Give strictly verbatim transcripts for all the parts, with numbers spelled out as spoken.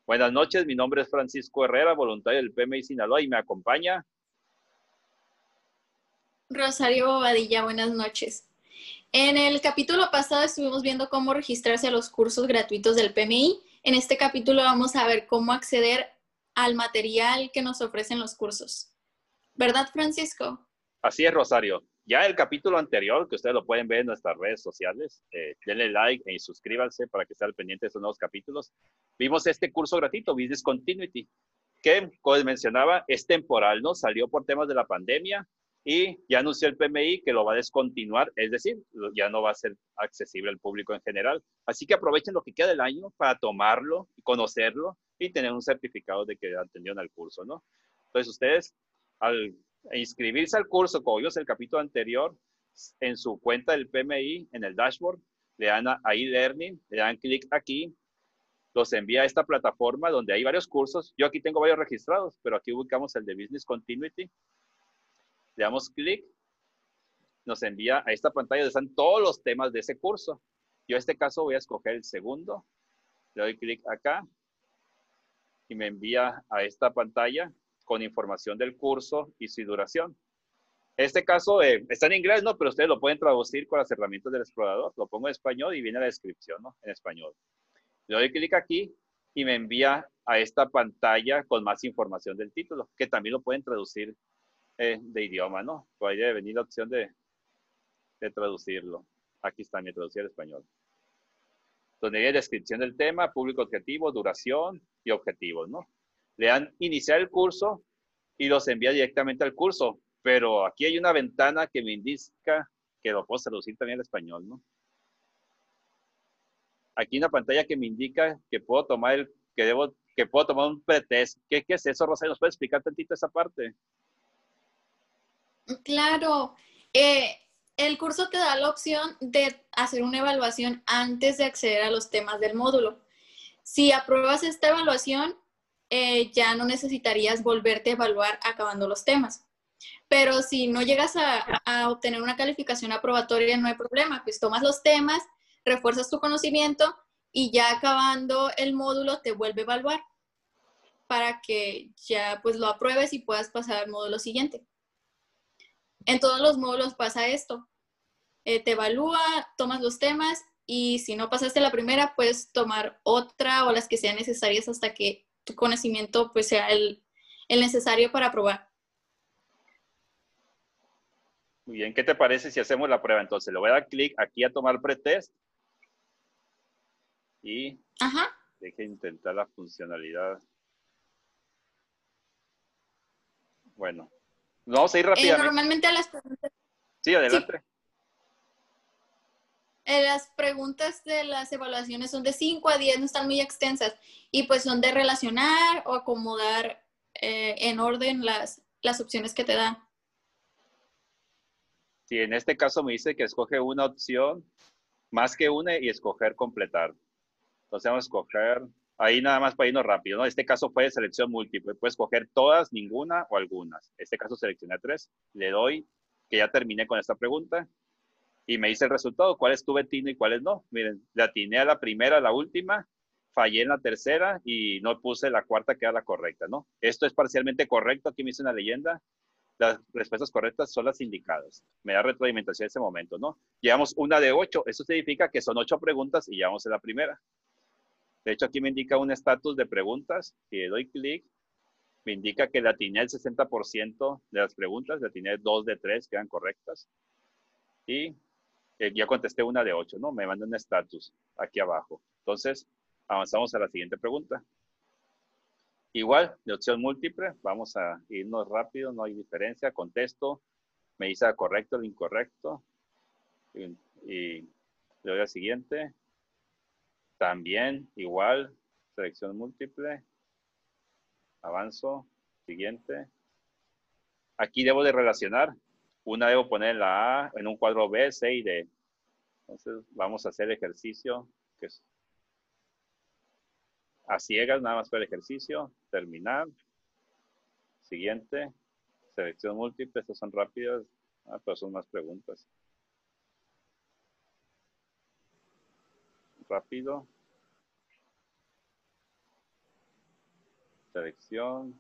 Buenas noches, mi nombre es Francisco Herrera, voluntario del P M I Sinaloa, y me acompaña Rosario Bobadilla, buenas noches. En el capítulo pasado estuvimos viendo cómo registrarse a los cursos gratuitos del P M I. En este capítulo vamos a ver cómo acceder al material que nos ofrecen los cursos. ¿Verdad, Francisco? Así es, Rosario. Ya el capítulo anterior, que ustedes lo pueden ver en nuestras redes sociales, eh, denle like y suscríbanse para que estén al pendiente de estos nuevos capítulos. Vimos este curso gratuito, Business Continuity, que, como les mencionaba, es temporal, ¿no? Salió por temas de la pandemia y ya anunció el P M I que lo va a descontinuar, es decir, ya no va a ser accesible al público en general. Así que aprovechen lo que queda del año para tomarlo, conocerlo y tener un certificado de que atendieron al curso, ¿no? Entonces, ustedes, al inscribirse al curso, como vimos en el capítulo anterior, en su cuenta del P M I, en el dashboard, le dan a e-learning, le dan clic aquí, los envía a esta plataforma donde hay varios cursos. Yo aquí tengo varios registrados, pero aquí ubicamos el de Business Continuity. Le damos clic, nos envía a esta pantalla donde están todos los temas de ese curso. Yo en este caso voy a escoger el segundo, le doy clic acá y me envía a esta pantalla con información del curso y su duración. En este caso eh, está en inglés, ¿no? Pero ustedes lo pueden traducir con las herramientas del explorador. Lo pongo en español y viene la descripción, ¿no? En español. Le doy clic aquí y me envía a esta pantalla con más información del título, que también lo pueden traducir eh, de idioma, ¿no? Puede venir la opción de, de traducirlo. Aquí está mi traducción al español. Donde hay descripción del tema, público objetivo, duración y objetivos, ¿no? Le dan iniciar el curso y los envía directamente al curso. Pero aquí hay una ventana que me indica que lo puedo traducir también al español, ¿no? Aquí una pantalla que me indica que puedo tomar el, que debo, que puedo tomar un pretest. ¿Qué, qué es eso, Rosario? ¿Nos puede explicar tantito esa parte? Claro. Eh, el curso te da la opción de hacer una evaluación antes de acceder a los temas del módulo. Si apruebas esta evaluación, eh, ya no necesitarías volverte a evaluar acabando los temas. Pero si no llegas a, a obtener una calificación aprobatoria, no hay problema, pues tomas los temas, refuerzas tu conocimiento y ya acabando el módulo te vuelve a evaluar para que ya pues lo apruebes y puedas pasar al módulo siguiente. En todos los módulos pasa esto. Eh, te evalúa, tomas los temas y si no pasaste la primera, puedes tomar otra o las que sean necesarias hasta que tu conocimiento pues sea el, el necesario para aprobar. Muy bien, ¿qué te parece si hacemos la prueba? Entonces, le voy a dar clic aquí a tomar pretest y Ajá. deje intentar la funcionalidad. Bueno, vamos a ir Eh, rápidamente. normalmente a las preguntas, Sí, sí, adelante. eh, las preguntas de las evaluaciones son de cinco a diez, no están muy extensas y pues son de relacionar o acomodar eh, en orden las, las opciones que te dan. Sí, en este caso me dice que escoge una opción, más que una, y escoger completar. Entonces vamos a escoger, ahí nada más para irnos rápido, ¿no? En este caso fue de selección múltiple, puedes escoger todas, ninguna o algunas. En este caso seleccioné tres, le doy que ya terminé con esta pregunta y me dice el resultado, cuáles tuve tino y cuáles no. Miren, le atiné a la primera, a la última, fallé en la tercera y no puse la cuarta que era la correcta, ¿no? Esto es parcialmente correcto, aquí me hice una leyenda. Las respuestas correctas son las indicadas. Me da retroalimentación en ese momento, ¿no? Llevamos una de ocho. Eso significa que son ocho preguntas y llevamos en la primera. De hecho, aquí me indica un estatus de preguntas. Si le doy clic, me indica que le atiné el sesenta por ciento de las preguntas. Le atiné dos de tres, quedan correctas. Y eh, ya contesté una de ocho, ¿no? Me manda un estatus aquí abajo. Entonces, avanzamos a la siguiente pregunta. Igual, de opción múltiple, vamos a irnos rápido, no hay diferencia. Contesto, me dice correcto o incorrecto. Y, y le doy al siguiente. También, igual, selección múltiple. Avanzo. Siguiente. Aquí debo de relacionar. Una debo poner en la A, en un cuadro B, C y D. Entonces, vamos a hacer ejercicio, que es a ciegas, nada más para el ejercicio. Terminar. Siguiente. Selección múltiple. Estas son rápidas, ah, pero son más preguntas. Rápido. Selección.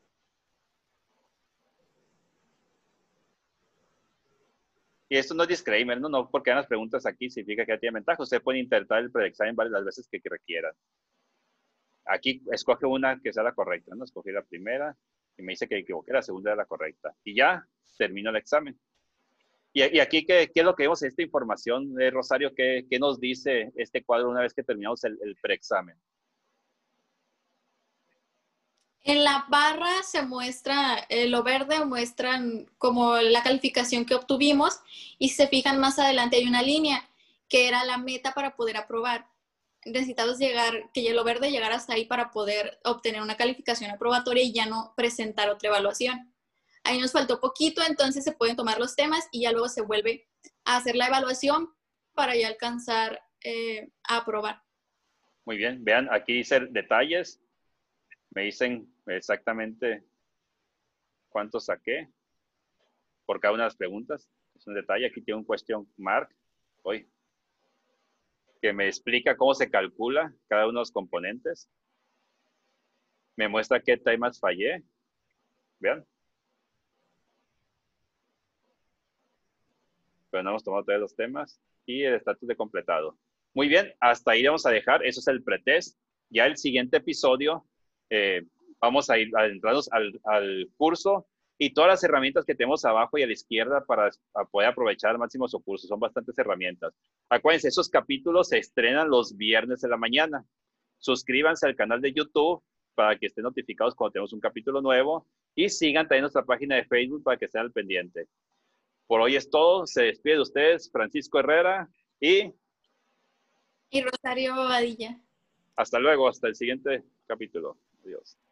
Y esto no es disclaimer, ¿no? No porque hagan las preguntas aquí significa que ya tiene ventaja. Usted puede intentar el preexamen varias las veces que requieran. Aquí escoge una que sea la correcta, ¿no? Escogí la primera y me dice que equivoqué, la segunda era la correcta. Y ya termino el examen. Y, y aquí, ¿qué, ¿qué es lo que vemos en esta información, eh, Rosario? ¿Qué, ¿Qué nos dice este cuadro una vez que terminamos el, el preexamen? En la barra se muestra, eh, lo verde muestran como la calificación que obtuvimos y si se fijan más adelante hay una línea que era la meta para poder aprobar. Necesitamos llegar, que lo verde llegara hasta ahí para poder obtener una calificación aprobatoria y ya no presentar otra evaluación. Ahí nos faltó poquito, entonces se pueden tomar los temas y ya luego se vuelve a hacer la evaluación para ya alcanzar eh, a aprobar. Muy bien, vean, aquí dice detalles. Me dicen exactamente cuánto saqué por cada una de las preguntas. Es un detalle. Aquí tiene un question mark hoy que me explica cómo se calcula cada uno de los componentes. Me muestra qué temas fallé. Vean. Pero no hemos tomado todos los temas. Y el estatus de completado. Muy bien, hasta ahí vamos a dejar. Eso es el pretest. Ya el siguiente episodio eh, vamos a ir adentrarnos al, al curso y todas las herramientas que tenemos abajo y a la izquierda para poder aprovechar al máximo su curso. Son bastantes herramientas. Acuérdense, esos capítulos se estrenan los viernes de la mañana. Suscríbanse al canal de YouTube para que estén notificados cuando tenemos un capítulo nuevo y sigan también nuestra página de Facebook para que estén al pendiente. Por hoy es todo. Se despide de ustedes Francisco Herrera y... Y Rosario Badilla. Hasta luego, hasta el siguiente capítulo. Adiós.